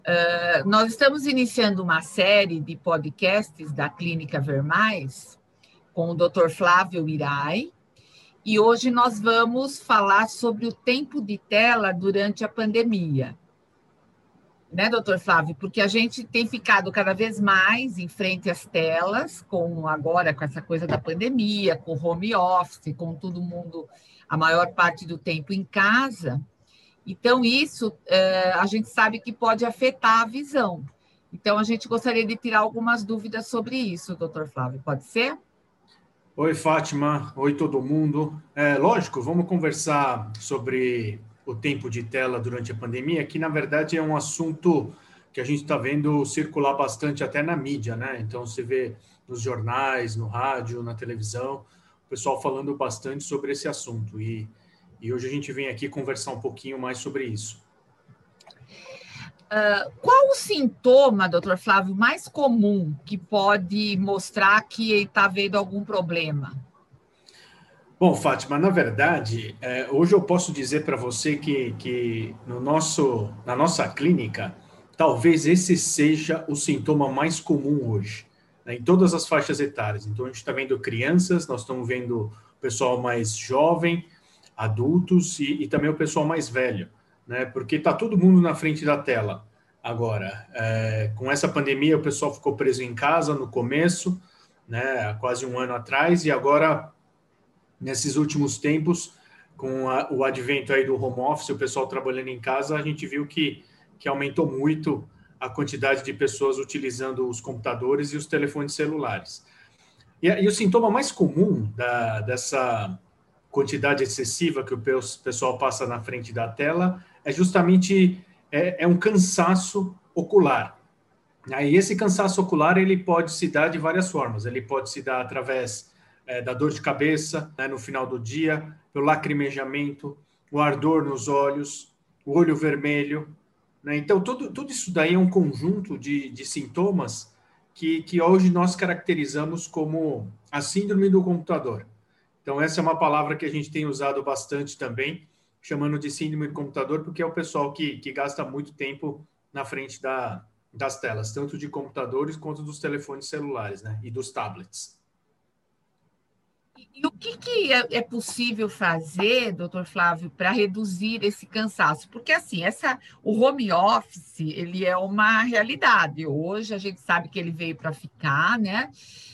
Nós estamos iniciando uma série de podcasts da Clínica Ver Mais com o Dr. Flávio Irai, e hoje nós vamos falar sobre o tempo de tela durante a pandemia. Né, doutor Flávio? Porque a gente tem ficado cada vez mais em frente às telas, com essa coisa da pandemia, com home office, com todo mundo, a maior parte do tempo em casa. Então, isso a gente sabe que pode afetar a visão. Então, a gente gostaria de tirar algumas dúvidas sobre isso, doutor Flávio. Pode ser? Oi, Fátima. Oi, todo mundo. Lógico, vamos conversar sobre o tempo de tela durante a pandemia, que, na verdade, é um assunto que a gente está vendo circular bastante até na mídia, né? Então, você vê nos jornais, no rádio, na televisão, o pessoal falando bastante sobre esse assunto. E hoje a gente vem aqui conversar um pouquinho mais sobre isso. Qual o sintoma, doutor Flávio, mais comum que pode mostrar que está havendo algum problema? Bom, Fátima, na verdade, hoje eu posso dizer para você que na nossa clínica, talvez esse seja o sintoma mais comum hoje, né, em todas as faixas etárias. Então, a gente está vendo crianças, nós estamos vendo o pessoal mais jovem, adultos e também o pessoal mais velho, né, porque está todo mundo na frente da tela. Agora, com essa pandemia, o pessoal ficou preso em casa no começo, né, há quase um ano atrás, e agora, nesses últimos tempos, com o advento aí do home office, o pessoal trabalhando em casa, a gente viu que aumentou muito a quantidade de pessoas utilizando os computadores e os telefones celulares. E o sintoma mais comum dessa quantidade excessiva que o pessoal passa na frente da tela é justamente um cansaço ocular. E esse cansaço ocular ele pode se dar de várias formas. Ele pode se dar através da dor de cabeça, né, no final do dia, pelo lacrimejamento, o ardor nos olhos, o olho vermelho, né? Então, tudo isso daí é um conjunto de sintomas que hoje nós caracterizamos como a síndrome do computador. Então, essa é uma palavra que a gente tem usado bastante também, chamando de síndrome do computador, porque é o pessoal que gasta muito tempo na frente das telas, tanto de computadores quanto dos telefones celulares, né? E dos tablets. E o que é possível fazer, doutor Flávio, para reduzir esse cansaço? Porque, assim, o home office, ele é uma realidade. Hoje a gente sabe que ele veio para ficar, né?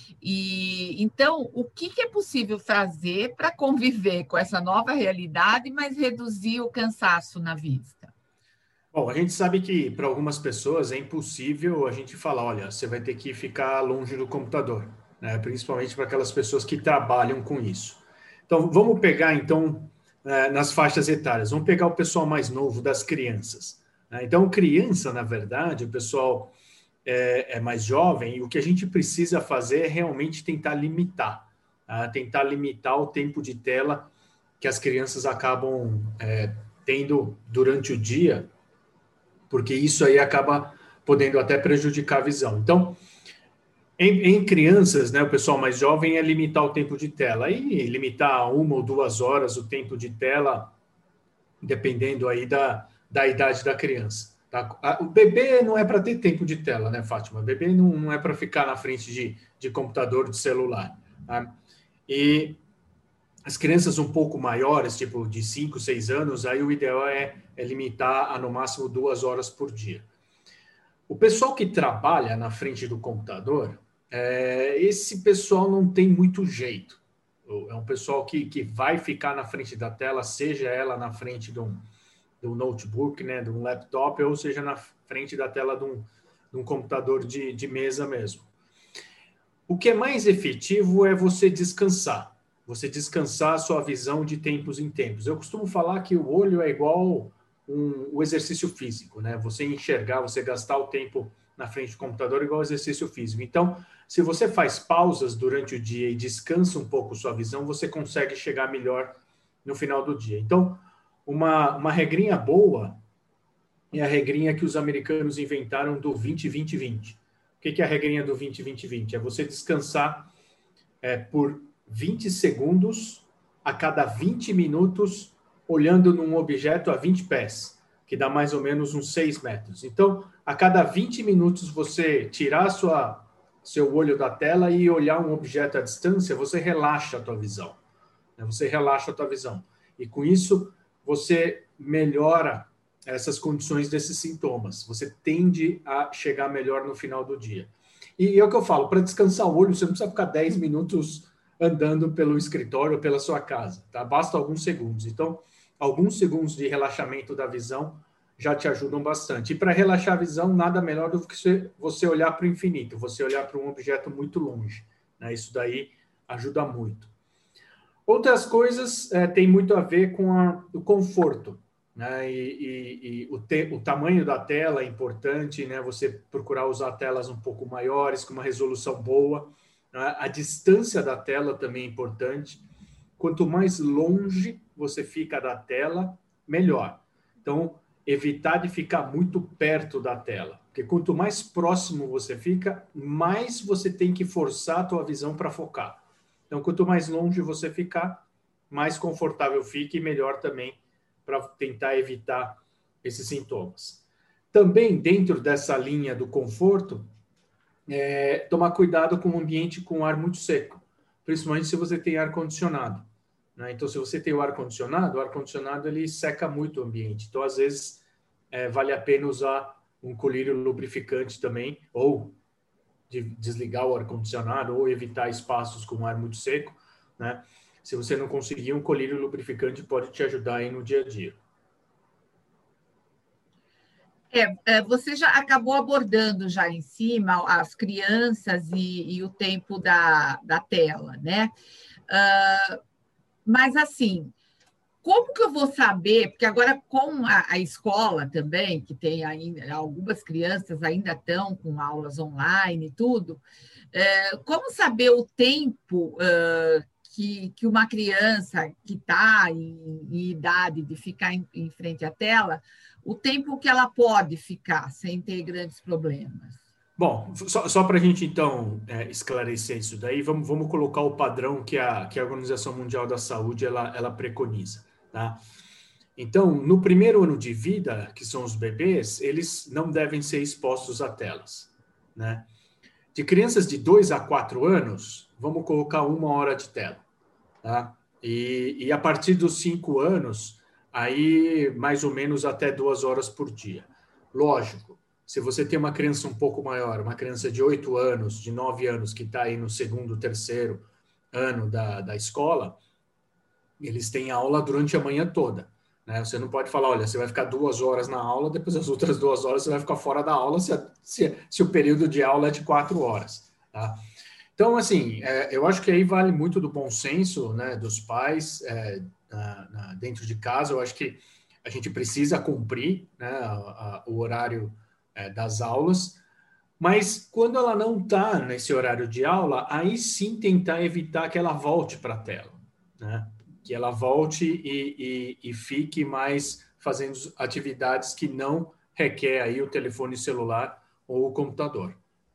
E então, o que é possível fazer para conviver com essa nova realidade, mas reduzir o cansaço na vista? Bom, a gente sabe que para algumas pessoas é impossível a gente falar, olha, você vai ter que ficar longe do computador, né? Principalmente para aquelas pessoas que trabalham com isso. Então, vamos pegar, então, nas faixas etárias, vamos pegar o pessoal mais novo das crianças, né? Então, criança, na verdade, o pessoal é mais jovem, e o que a gente precisa fazer é realmente tentar limitar, tá? Tentar limitar o tempo de tela que as crianças acabam tendo durante o dia, porque isso aí acaba podendo até prejudicar a visão. Então, em crianças, né, o pessoal mais jovem é limitar o tempo de tela, e limitar a 1 ou 2 horas o tempo de tela, dependendo aí da idade da criança. Tá? O bebê não é para ter tempo de tela, né, Fátima? O bebê não é para ficar na frente de computador, de celular. Tá? E as crianças um pouco maiores, tipo de 5, 6 anos, aí o ideal é limitar a no máximo 2 horas por dia. O pessoal que trabalha na frente do computador, esse pessoal não tem muito jeito. É um pessoal que vai ficar na frente da tela, seja ela na frente de um notebook, né, de um laptop, ou seja na frente da tela de um computador de mesa mesmo. O que é mais efetivo é você descansar. Você descansar a sua visão de tempos em tempos. Eu costumo falar que o olho é igual o exercício físico, né? Você enxergar, você gastar o tempo na frente do computador é igual exercício físico. Então, se você faz pausas durante o dia e descansa um pouco sua visão, você consegue chegar melhor no final do dia. Então, uma regrinha boa é a regrinha que os americanos inventaram do 20-20-20. O que é a regrinha do 20-20-20? É você descansar por 20 segundos a cada 20 minutos olhando num objeto a 20 pés. que dá mais ou menos uns 6 metros. Então, a cada 20 minutos você tirar seu olho da tela e olhar um objeto à distância, você relaxa a tua visão. Né? Você relaxa a tua visão. E com isso, você melhora essas condições desses sintomas. Você tende a chegar melhor no final do dia. E é o que eu falo, para descansar o olho, você não precisa ficar 10 minutos andando pelo escritório ou pela sua casa. Tá? Basta alguns segundos. Então, alguns segundos de relaxamento da visão já te ajudam bastante. E para relaxar a visão, nada melhor do que você olhar para o infinito, você olhar para um objeto muito longe. Né? Isso daí ajuda muito. Outras coisas têm muito a ver com o conforto. Né? O tamanho da tela é importante, né? Você procurar usar telas um pouco maiores, com uma resolução boa. Né? A distância da tela também é importante. Quanto mais longe você fica da tela, melhor. Então, evitar de ficar muito perto da tela. Porque quanto mais próximo você fica, mais você tem que forçar a tua visão para focar. Então, quanto mais longe você ficar, mais confortável fica e melhor também para tentar evitar esses sintomas. Também, dentro dessa linha do conforto, tomar cuidado com um ambiente com ar muito seco, principalmente se você tem ar-condicionado. Né? Então, se você tem o ar-condicionado ele seca muito o ambiente. Então, às vezes, vale a pena usar um colírio lubrificante também, ou desligar o ar-condicionado, ou evitar espaços com ar muito seco. Né? Se você não conseguir, um colírio lubrificante pode te ajudar aí no dia a dia. Você já acabou abordando já em cima as crianças e o tempo da tela, né? Mas, assim, como que eu vou saber? Porque agora com a escola também, que tem ainda algumas crianças ainda estão com aulas online e tudo, como saber o tempo que uma criança que está em idade de ficar em frente à tela, o tempo que ela pode ficar sem ter grandes problemas? Bom, só para a gente, então, esclarecer isso daí, vamos colocar o padrão que a Organização Mundial da Saúde ela preconiza. Tá? Então, no primeiro ano de vida, que são os bebês, eles não devem ser expostos a telas. Né? De crianças de 2 a 4 anos, vamos colocar 1 hora de tela. Tá? E a partir dos 5 anos, aí mais ou menos até 2 horas por dia. Lógico, se você tem uma criança um pouco maior, uma criança de 8 anos, de 9 anos, que está aí no segundo, terceiro ano da escola, eles têm aula durante a manhã toda. Né? Você não pode falar, olha, você vai ficar 2 horas na aula, depois as outras 2 horas você vai ficar fora da aula se o período de aula é de 4 horas. Tá? Então, assim, eu acho que aí vale muito do bom senso, né, dos pais dentro de casa. Eu acho que a gente precisa cumprir, né, o horário das aulas, mas quando ela não está nesse horário de aula, aí sim tentar evitar que ela volte para a tela, né? Que ela volte e fique mais fazendo atividades que não requer aí o telefone celular ou o computador.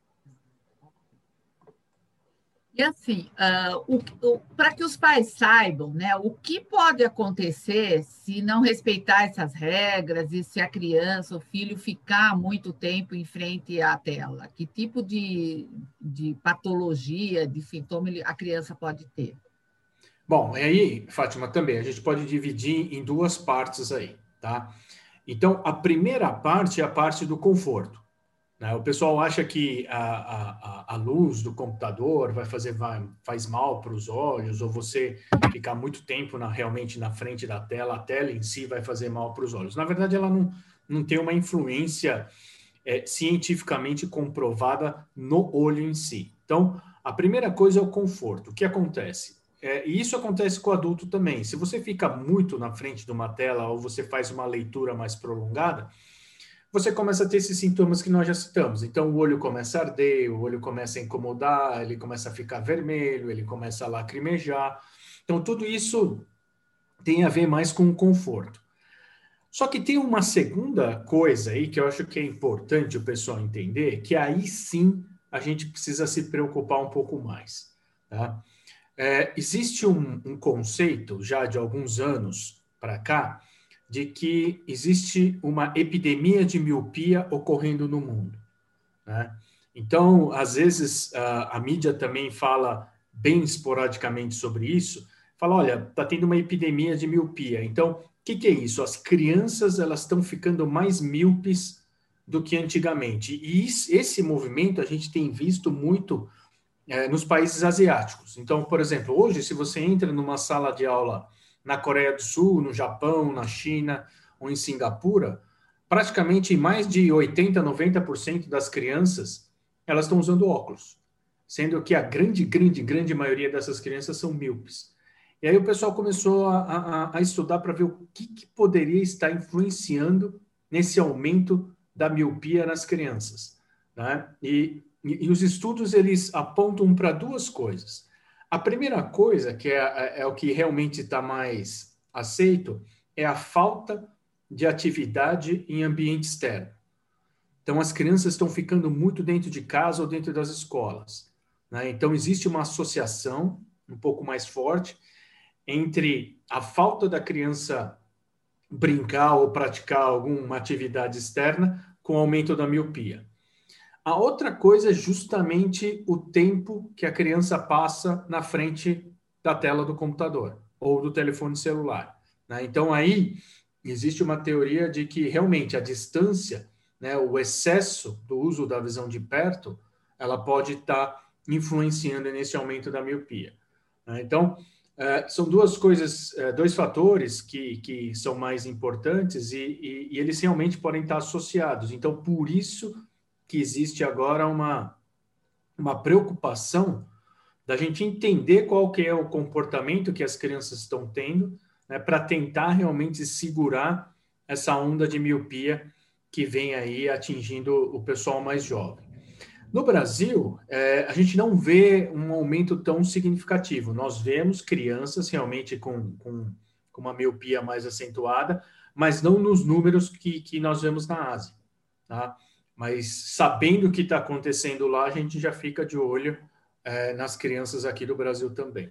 E assim, para que os pais saibam, né, o que pode acontecer se não respeitar essas regras e se a criança, o filho, ficar muito tempo em frente à tela? Que tipo de patologia, de sintoma a criança pode ter? Bom, e aí, Fátima, também, a gente pode dividir em 2 partes aí, tá? Então, a primeira parte é a parte do conforto. Né? O pessoal acha que a luz do computador faz mal para os olhos, ou você ficar muito tempo realmente na frente da tela, a tela em si vai fazer mal para os olhos. Na verdade, ela não tem uma influência cientificamente comprovada no olho em si. Então, a primeira coisa é o conforto. O que acontece? E isso acontece com o adulto também. Se você fica muito na frente de uma tela ou você faz uma leitura mais prolongada, você começa a ter esses sintomas que nós já citamos. Então, o olho começa a arder, o olho começa a incomodar, ele começa a ficar vermelho, ele começa a lacrimejar. Então, tudo isso tem a ver mais com o conforto. Só que tem uma segunda coisa aí que eu acho que é importante o pessoal entender, que aí sim a gente precisa se preocupar um pouco mais. Tá? Existe um conceito já de alguns anos para cá, de que existe uma epidemia de miopia ocorrendo no mundo, né? Então, às vezes, a mídia também fala bem esporadicamente sobre isso, fala, olha, está tendo uma epidemia de miopia. Então, o que é isso? As crianças elas estão ficando mais míopes do que antigamente. E esse movimento a gente tem visto muito nos países asiáticos. Então, por exemplo, hoje, se você entra numa sala de aula na Coreia do Sul, no Japão, na China ou em Singapura, praticamente mais de 80%, 90% das crianças elas estão usando óculos, sendo que a grande maioria dessas crianças são míopes. E aí o pessoal começou a estudar para ver o que poderia estar influenciando nesse aumento da miopia nas crianças, né? E os estudos eles apontam para duas coisas. A primeira coisa, que é o que realmente está mais aceito, é a falta de atividade em ambiente externo. Então, as crianças estão ficando muito dentro de casa ou dentro das escolas, né? Então, existe uma associação um pouco mais forte entre a falta da criança brincar ou praticar alguma atividade externa com o aumento da miopia. A outra coisa é justamente o tempo que a criança passa na frente da tela do computador ou do telefone celular, né? Então, aí existe uma teoria de que realmente a distância, né, o excesso do uso da visão de perto, ela pode estar influenciando nesse aumento da miopia, né? Então, são duas coisas, dois fatores que são mais importantes e eles realmente podem estar associados. Então, por isso que existe agora uma preocupação da gente entender qual que é o comportamento que as crianças estão tendo, né, para tentar realmente segurar essa onda de miopia que vem aí atingindo o pessoal mais jovem. No Brasil, a gente não vê um aumento tão significativo. Nós vemos crianças realmente com uma miopia mais acentuada, mas não nos números que nós vemos na Ásia, tá? Mas sabendo o que está acontecendo lá, a gente já fica de olho nas crianças aqui do Brasil também.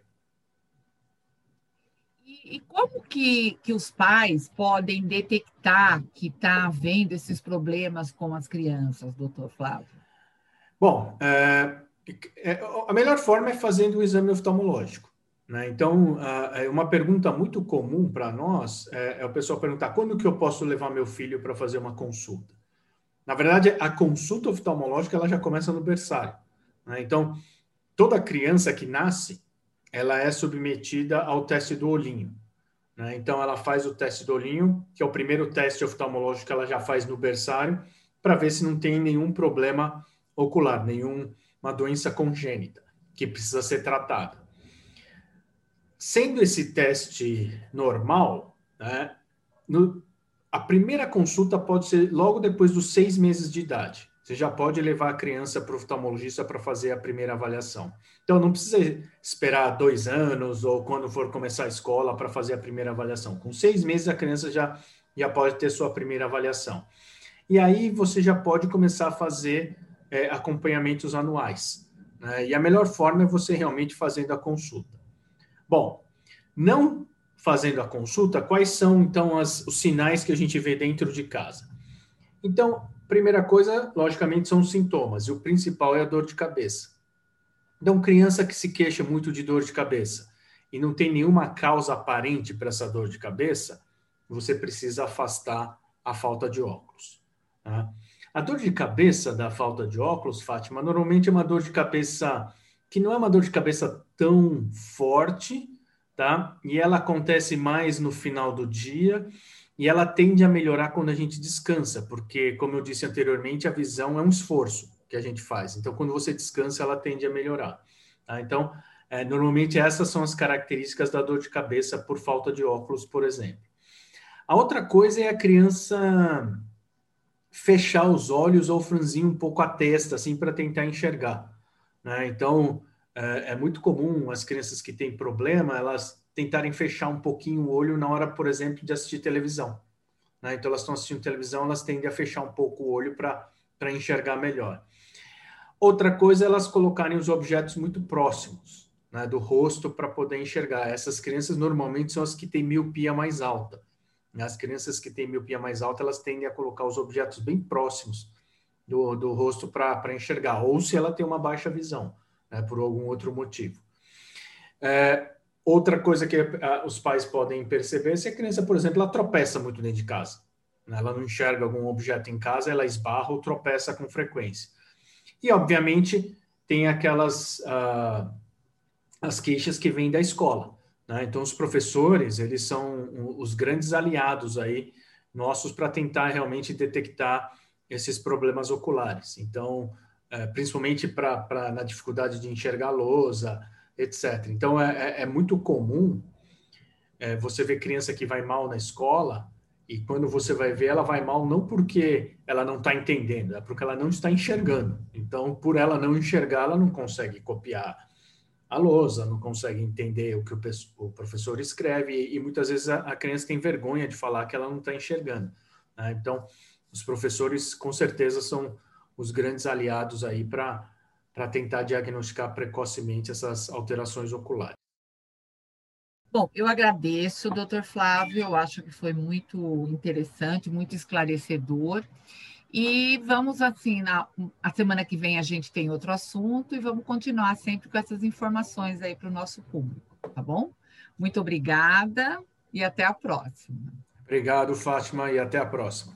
E como que os pais podem detectar que está havendo esses problemas com as crianças, doutor Flávio? Bom, a melhor forma é fazendo o exame oftalmológico, né? Então, uma pergunta muito comum para nós é o pessoal perguntar quando que eu posso levar meu filho para fazer uma consulta. Na verdade, a consulta oftalmológica ela já começa no berçário, né? Então, toda criança que nasce, ela é submetida ao teste do olhinho, né? Então, ela faz o teste do olhinho, que é o primeiro teste oftalmológico que ela já faz no berçário, para ver se não tem nenhum problema ocular, nenhuma doença congênita que precisa ser tratada. Sendo esse teste normal, né, a primeira consulta pode ser logo depois dos 6 meses de idade. Você já pode levar a criança para o oftalmologista para fazer a primeira avaliação. Então, não precisa esperar 2 anos ou quando for começar a escola para fazer a primeira avaliação. Com 6 meses, a criança já pode ter sua primeira avaliação. E aí, você já pode começar a fazer acompanhamentos anuais, né? E a melhor forma é você realmente fazendo a consulta. Bom, não fazendo a consulta, quais são, então, os sinais que a gente vê dentro de casa? Então, primeira coisa, logicamente, são os sintomas, e o principal é a dor de cabeça. Então, criança que se queixa muito de dor de cabeça e não tem nenhuma causa aparente para essa dor de cabeça, você precisa afastar a falta de óculos, tá? A dor de cabeça da falta de óculos, Fátima, normalmente é uma dor de cabeça que não é uma dor de cabeça tão forte, tá? E ela acontece mais no final do dia e ela tende a melhorar quando a gente descansa, porque, como eu disse anteriormente, a visão é um esforço que a gente faz. Então, quando você descansa, ela tende a melhorar, tá? Então, normalmente essas são as características da dor de cabeça por falta de óculos, por exemplo. A outra coisa é a criança fechar os olhos ou franzir um pouco a testa, assim, para tentar enxergar, né? Então, é muito comum as crianças que têm problema, elas tentarem fechar um pouquinho o olho na hora, por exemplo, de assistir televisão, né? Então, elas estão assistindo televisão, elas tendem a fechar um pouco o olho para enxergar melhor. Outra coisa é elas colocarem os objetos muito próximos, né, do rosto para poder enxergar. Essas crianças normalmente são as que têm miopia mais alta, As crianças que têm miopia mais alta, elas tendem a colocar os objetos bem próximos do rosto para enxergar, ou se ela tem uma baixa visão, né, por algum outro motivo. Outra coisa que os pais podem perceber é se a criança, por exemplo, ela tropeça muito dentro de casa. Né, ela não enxerga algum objeto em casa, ela esbarra ou tropeça com frequência. E, obviamente, tem aquelas as queixas que vêm da escola. Né? Então, os professores, eles são os grandes aliados aí nossos para tentar realmente detectar esses problemas oculares. Então, principalmente na dificuldade de enxergar a lousa, etc. Então, é muito comum você ver criança que vai mal na escola e quando você vai ver, ela vai mal não porque ela não está entendendo, é porque ela não está enxergando. Então, por ela não enxergar, ela não consegue copiar a lousa, não consegue entender o que o professor escreve e muitas vezes a criança tem vergonha de falar que ela não está enxergando. Né? Então, os professores, com certeza, são os grandes aliados aí para tentar diagnosticar precocemente essas alterações oculares. Bom, eu agradeço, doutor Flávio, eu acho que foi muito interessante, muito esclarecedor. E vamos, assim, a semana que vem a gente tem outro assunto e vamos continuar sempre com essas informações aí para o nosso público, tá bom? Muito obrigada e até a próxima. Obrigado, Fátima, e até a próxima.